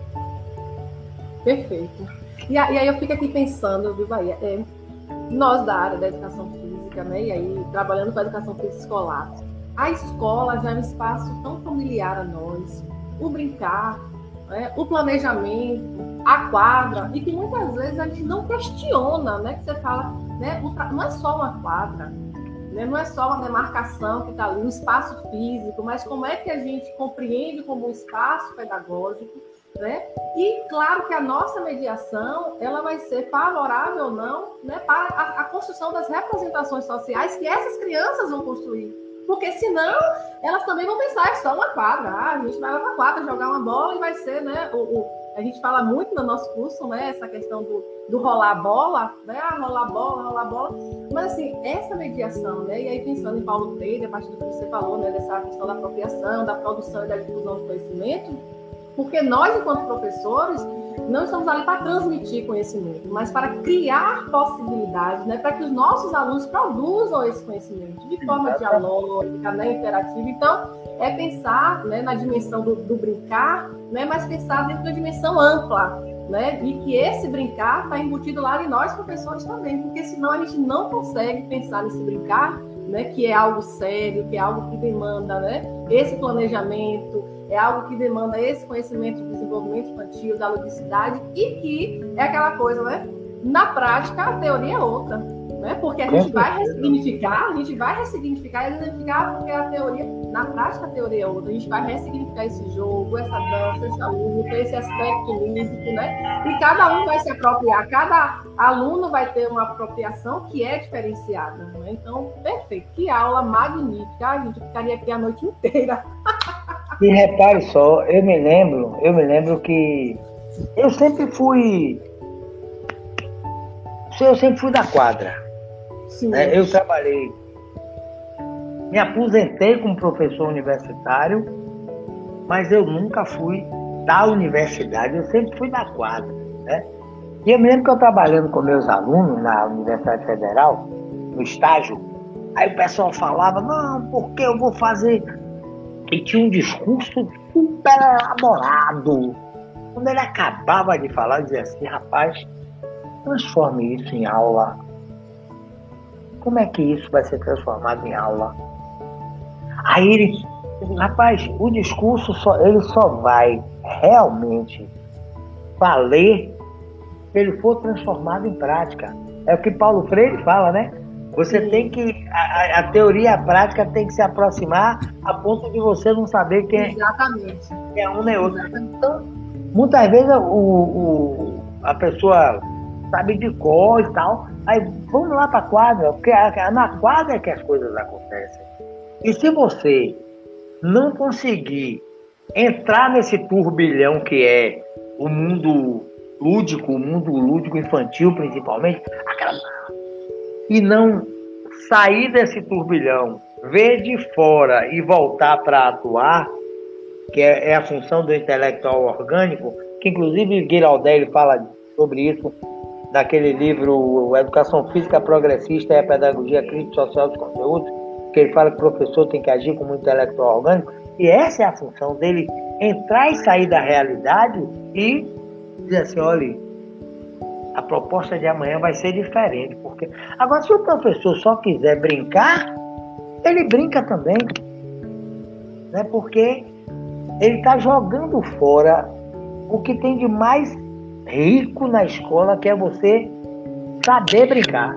Perfeito. E aí eu fico aqui pensando, viu, Bahia? Nós da área da educação física, né, e aí trabalhando com a educação física escolar, a escola já é um espaço tão familiar a nós, o brincar, né, o planejamento, a quadra, e que muitas vezes a gente não questiona, né, que você fala, né, não é só uma quadra, né, não é só uma demarcação que está ali, um espaço físico, mas como é que a gente compreende como um espaço pedagógico, né? E claro que a nossa mediação ela vai ser favorável ou não, né, para a construção das representações sociais que essas crianças vão construir. Porque senão elas também vão pensar, é só uma quadra, a gente vai lá para a quadra jogar uma bola e vai ser, né, a gente fala muito no nosso curso, né, essa questão do rolar bola, né, rolar bola, mas assim, essa mediação, né, e aí pensando em Paulo Freire, a partir do que você falou, né, dessa questão da apropriação, da produção e da difusão do conhecimento, porque nós, enquanto professores, não estamos ali para transmitir conhecimento, mas para criar possibilidades, né, para que os nossos alunos produzam esse conhecimento de forma dialógica, né, interativa. Então, é pensar, né, na dimensão do brincar, né, mas pensar dentro da dimensão ampla, né, e que esse brincar está embutido lá em nós, professores, também, porque senão a gente não consegue pensar nesse brincar, né, que é algo sério, que é algo que demanda, né, esse planejamento, é algo que demanda esse conhecimento de desenvolvimento infantil, da ludicidade, e que é aquela coisa, né? Na prática, a teoria é outra, né? Porque a gente vai ressignificar e ressignificar porque a teoria, na prática, a teoria é outra. A gente vai ressignificar esse jogo, essa dança, essa luta, esse aspecto lúdico, né? E cada um vai se apropriar, cada aluno vai ter uma apropriação que é diferenciada, né? Então, perfeito. Que aula magnífica. A gente ficaria aqui a noite inteira. E repare só, eu me lembro que eu sempre fui da quadra. Sim. Né? Eu trabalhei Me aposentei como professor universitário, mas eu nunca fui da universidade, eu sempre fui da quadra, né? E eu me lembro que eu trabalhando com meus alunos na Universidade Federal, no estágio, aí o pessoal falava, não, porque eu vou fazer... E tinha um discurso super elaborado. Quando ele acabava de falar, dizia assim, rapaz, transforme isso em aula. Como é que isso vai ser transformado em aula? Aí ele, rapaz, o discurso ele só vai realmente valer se ele for transformado em prática. É o que Paulo Freire fala, né? Você tem que, a teoria e a prática tem que se aproximar a ponto de você não saber quem é um nem outro. Então, muitas vezes a pessoa sabe de cor e tal, aí vamos lá para a quadra, porque na quadra é que as coisas acontecem. E se você não conseguir entrar nesse turbilhão que é o mundo lúdico infantil principalmente, e não sair desse turbilhão, ver de fora e voltar para atuar, que é a função do intelectual orgânico, que inclusive Giraldelli fala sobre isso naquele livro Educação Física Progressista e a Pedagogia Crítico-Social dos Conteúdos, que ele fala que o professor tem que agir como intelectual orgânico, e essa é a função dele, entrar e sair da realidade e dizer assim, olha, a proposta de amanhã vai ser diferente. Porque agora, se o professor só quiser brincar, ele brinca também. Né? Porque ele está jogando fora o que tem de mais rico na escola, que é você saber brincar.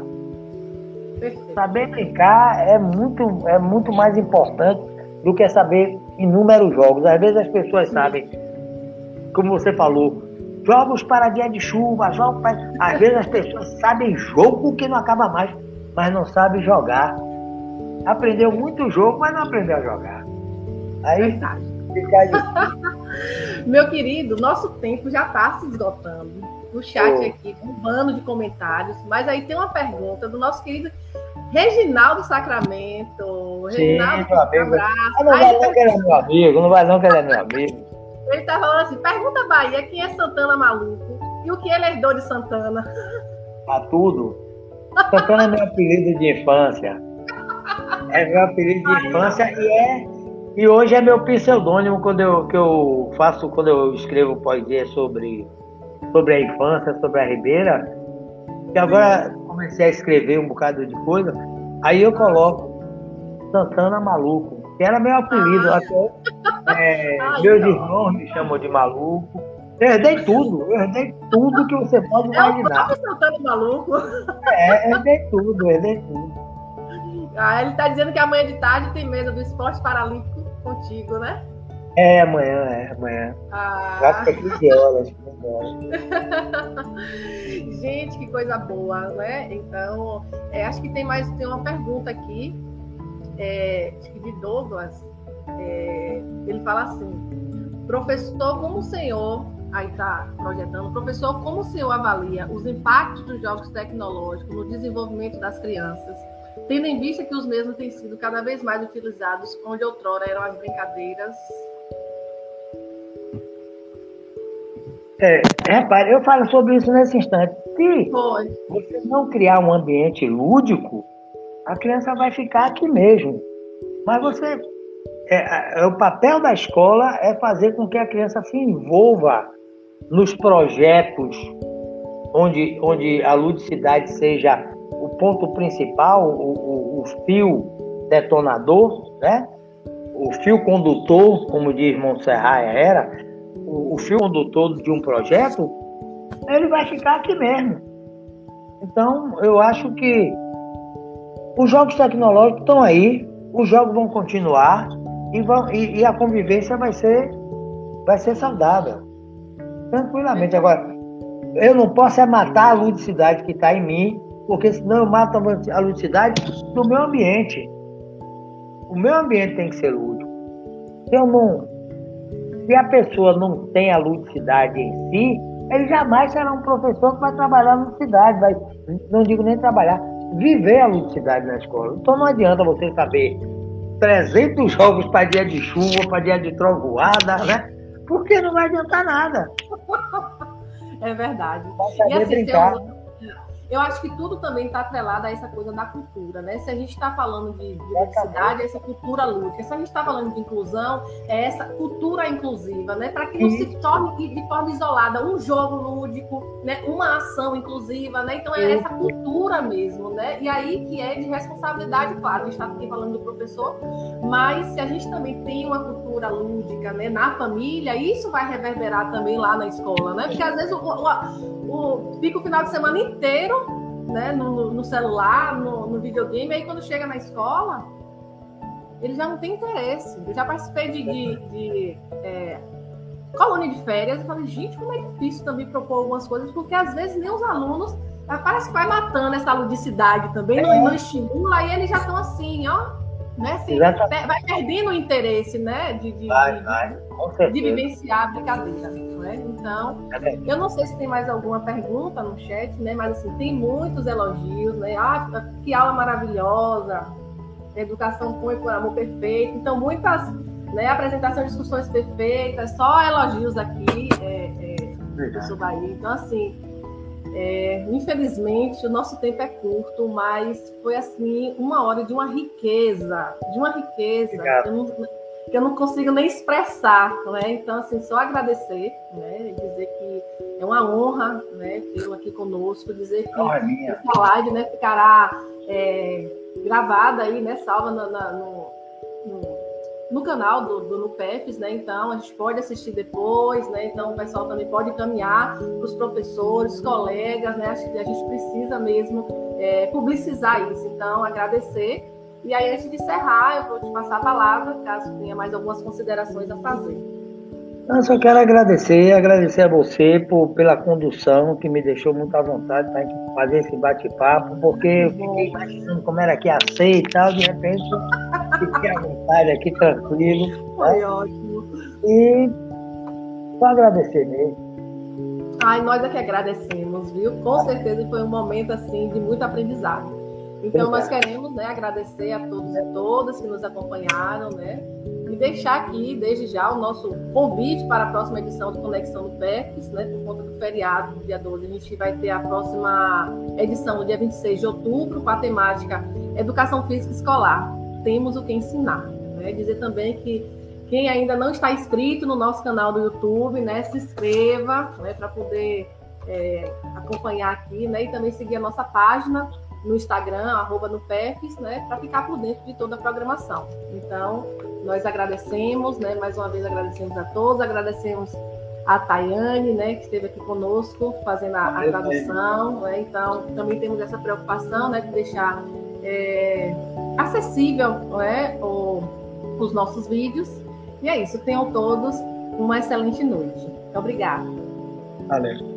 Saber brincar é muito mais importante do que saber inúmeros jogos. Às vezes as pessoas sabem, como você falou, jogos para dia de chuva, jogos para... Às vezes as pessoas sabem jogo que não acaba mais, mas não sabem jogar. Aprendeu muito jogo, mas não aprendeu a jogar. Aí fica difícil. Meu querido, nosso tempo já está se esgotando. No chat aqui, um bando de comentários, mas aí tem uma pergunta do nosso querido Reginaldo Sacramento. Sim, Reginaldo, meu amigo. Um abraço. Não vai não que ele é meu amigo, não vai não que ele é meu amigo. Ele tá falando assim, pergunta a Bahia quem é Santana Maluco e o que ele herdou de Santana. A tudo. Santana é meu apelido de infância. É meu apelido de infância e hoje é meu pseudônimo quando eu escrevo poesia sobre a infância, sobre a Ribeira. E agora comecei a escrever um bocado de coisa, aí eu coloco Santana Maluco, que era meu apelido. Meus irmãos me chamam de maluco. Eu herdei tudo que você pode imaginar. É o Santana Maluco. Herdei tudo. Ele tá dizendo que amanhã de tarde tem mesa do esporte paralímpico contigo, né? Amanhã. Acho que é 15 horas. Gente, que coisa boa, né? Então, acho que tem uma pergunta aqui, acho que de Douglas. Ele fala assim, professor, como o senhor, aí está projetando, professor, como o senhor avalia os impactos dos jogos tecnológicos no desenvolvimento das crianças, tendo em vista que os mesmos têm sido cada vez mais utilizados onde outrora eram as brincadeiras? Repare, eu falo sobre isso nesse instante. Se você não criar um ambiente lúdico, a criança vai ficar aqui mesmo. Mas o papel da escola é fazer com que a criança se envolva nos projetos onde a ludicidade seja o ponto principal, o fio detonador, né? O fio condutor, como diz Montserrat era, o fio condutor de um projeto, ele vai ficar aqui mesmo. Então, eu acho que os jogos tecnológicos estão aí, os jogos vão continuar e a convivência vai ser saudável. Tranquilamente. Agora, eu não posso matar a ludicidade que está em mim, porque senão eu mato a ludicidade do meu ambiente. O meu ambiente tem que ser lúdico. Se a pessoa não tem a ludicidade em si, ele jamais será um professor que vai trabalhar a ludicidade, não digo nem trabalhar, viver a ludicidade na escola. Então não adianta você saber 300 jogos para dia de chuva, para dia de trovoada, né? Porque não vai adiantar nada. É verdade. Vai saber E assim, brincar. eu acho que tudo também está atrelado a essa coisa da cultura, né? Se a gente está falando de ludicidade, é essa cultura lúdica. Se a gente está falando de inclusão, é essa cultura inclusiva, né? Para que não se torne de forma isolada um jogo lúdico, né? Uma ação inclusiva, né? Então é essa cultura mesmo, né? E aí que é de responsabilidade, claro, a gente está aqui falando do professor, mas se a gente também tem uma cultura lúdica, né? Na família, isso vai reverberar também lá na escola, né? Porque às vezes fica o final de semana inteiro, né, no celular, no videogame, aí quando chega na escola, ele já não tem interesse. Eu já participei de colônia de férias e falei, gente, como é difícil também propor algumas coisas, porque às vezes nem os alunos, parece que vai matando essa ludicidade também, não estimula, e eles já estão assim, ó, né, assim, vai perdendo o interesse, né, de vivenciar a brincadeira, né? Então, eu não sei se tem mais alguma pergunta no chat, né, mas assim, tem muitos elogios, né, que aula maravilhosa, educação põe por amor perfeito, então muitas, né, apresentações, discussões perfeitas, só elogios aqui, professor Bahia, então assim, infelizmente o nosso tempo é curto, mas foi assim uma hora de uma riqueza que eu não consigo nem expressar, né? Então assim, só agradecer, né, e dizer que é uma honra, né, tê-lo aqui conosco, dizer que essa live, né, ficará gravada aí, né, salva no canal do NUPEFES, né? Então a gente pode assistir depois, né? Então o pessoal também pode encaminhar para os professores, colegas, né? Acho que a gente precisa mesmo publicizar isso. Então, agradecer. E aí, antes de encerrar, eu vou te passar a palavra, caso tenha mais algumas considerações a fazer. Eu só quero agradecer a você pela condução, que me deixou muito à vontade para fazer esse bate-papo, porque eu fiquei imaginando como era que ia ser e tal, de repente fiquei à vontade aqui, tranquilo. Foi, né? ótimo. E só agradecer mesmo. Ai, nós é que agradecemos, viu? Com certeza foi um momento, assim, de muito aprendizado. Então, nós queremos, né, agradecer a todos e todas que nos acompanharam, né? E deixar aqui, desde já, o nosso convite para a próxima edição do Conexão NUPEFES, né? Por conta do feriado do dia 12, a gente vai ter a próxima edição no dia 26 de outubro, com a temática Educação Física Escolar. Temos o que ensinar, né? Dizer também que quem ainda não está inscrito no nosso canal do YouTube, né, se inscreva, né, para poder acompanhar aqui, né? E também seguir a nossa página no Instagram, @NUPEFES, né, para ficar por dentro de toda a programação. Então, nós agradecemos, né, mais uma vez agradecemos a todos, agradecemos a Tayane, né, que esteve aqui conosco fazendo a tradução, né, então também temos essa preocupação, né, de deixar acessível, né, os nossos vídeos. E é isso, tenham todos uma excelente noite. Obrigada. Valeu.